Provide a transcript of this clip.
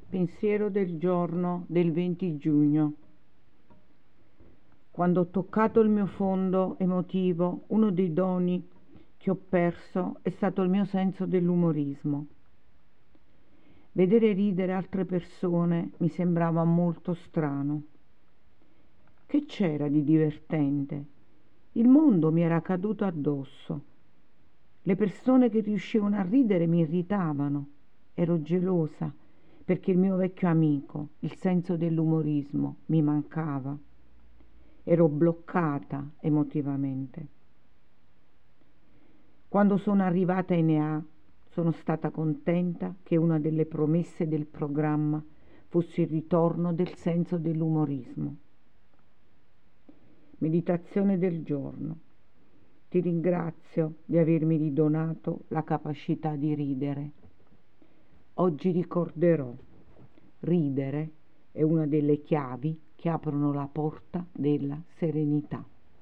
Pensiero del giorno del 20 giugno. Quando ho toccato il mio fondo emotivo, uno dei doni che ho perso è stato il mio senso dell'umorismo. Vedere ridere altre persone mi sembrava molto strano. Che c'era di divertente? Il mondo mi era caduto addosso. Le persone che riuscivano a ridere mi irritavano. Ero gelosa perché il mio vecchio amico, il senso dell'umorismo, mi mancava. Ero bloccata emotivamente. Quando sono arrivata in EA, sono stata contenta che una delle promesse del programma fosse il ritorno del senso dell'umorismo. Meditazione del giorno. Ti ringrazio di avermi ridonato la capacità di ridere. Oggi ricorderò, ridere è una delle chiavi che aprono la porta della serenità.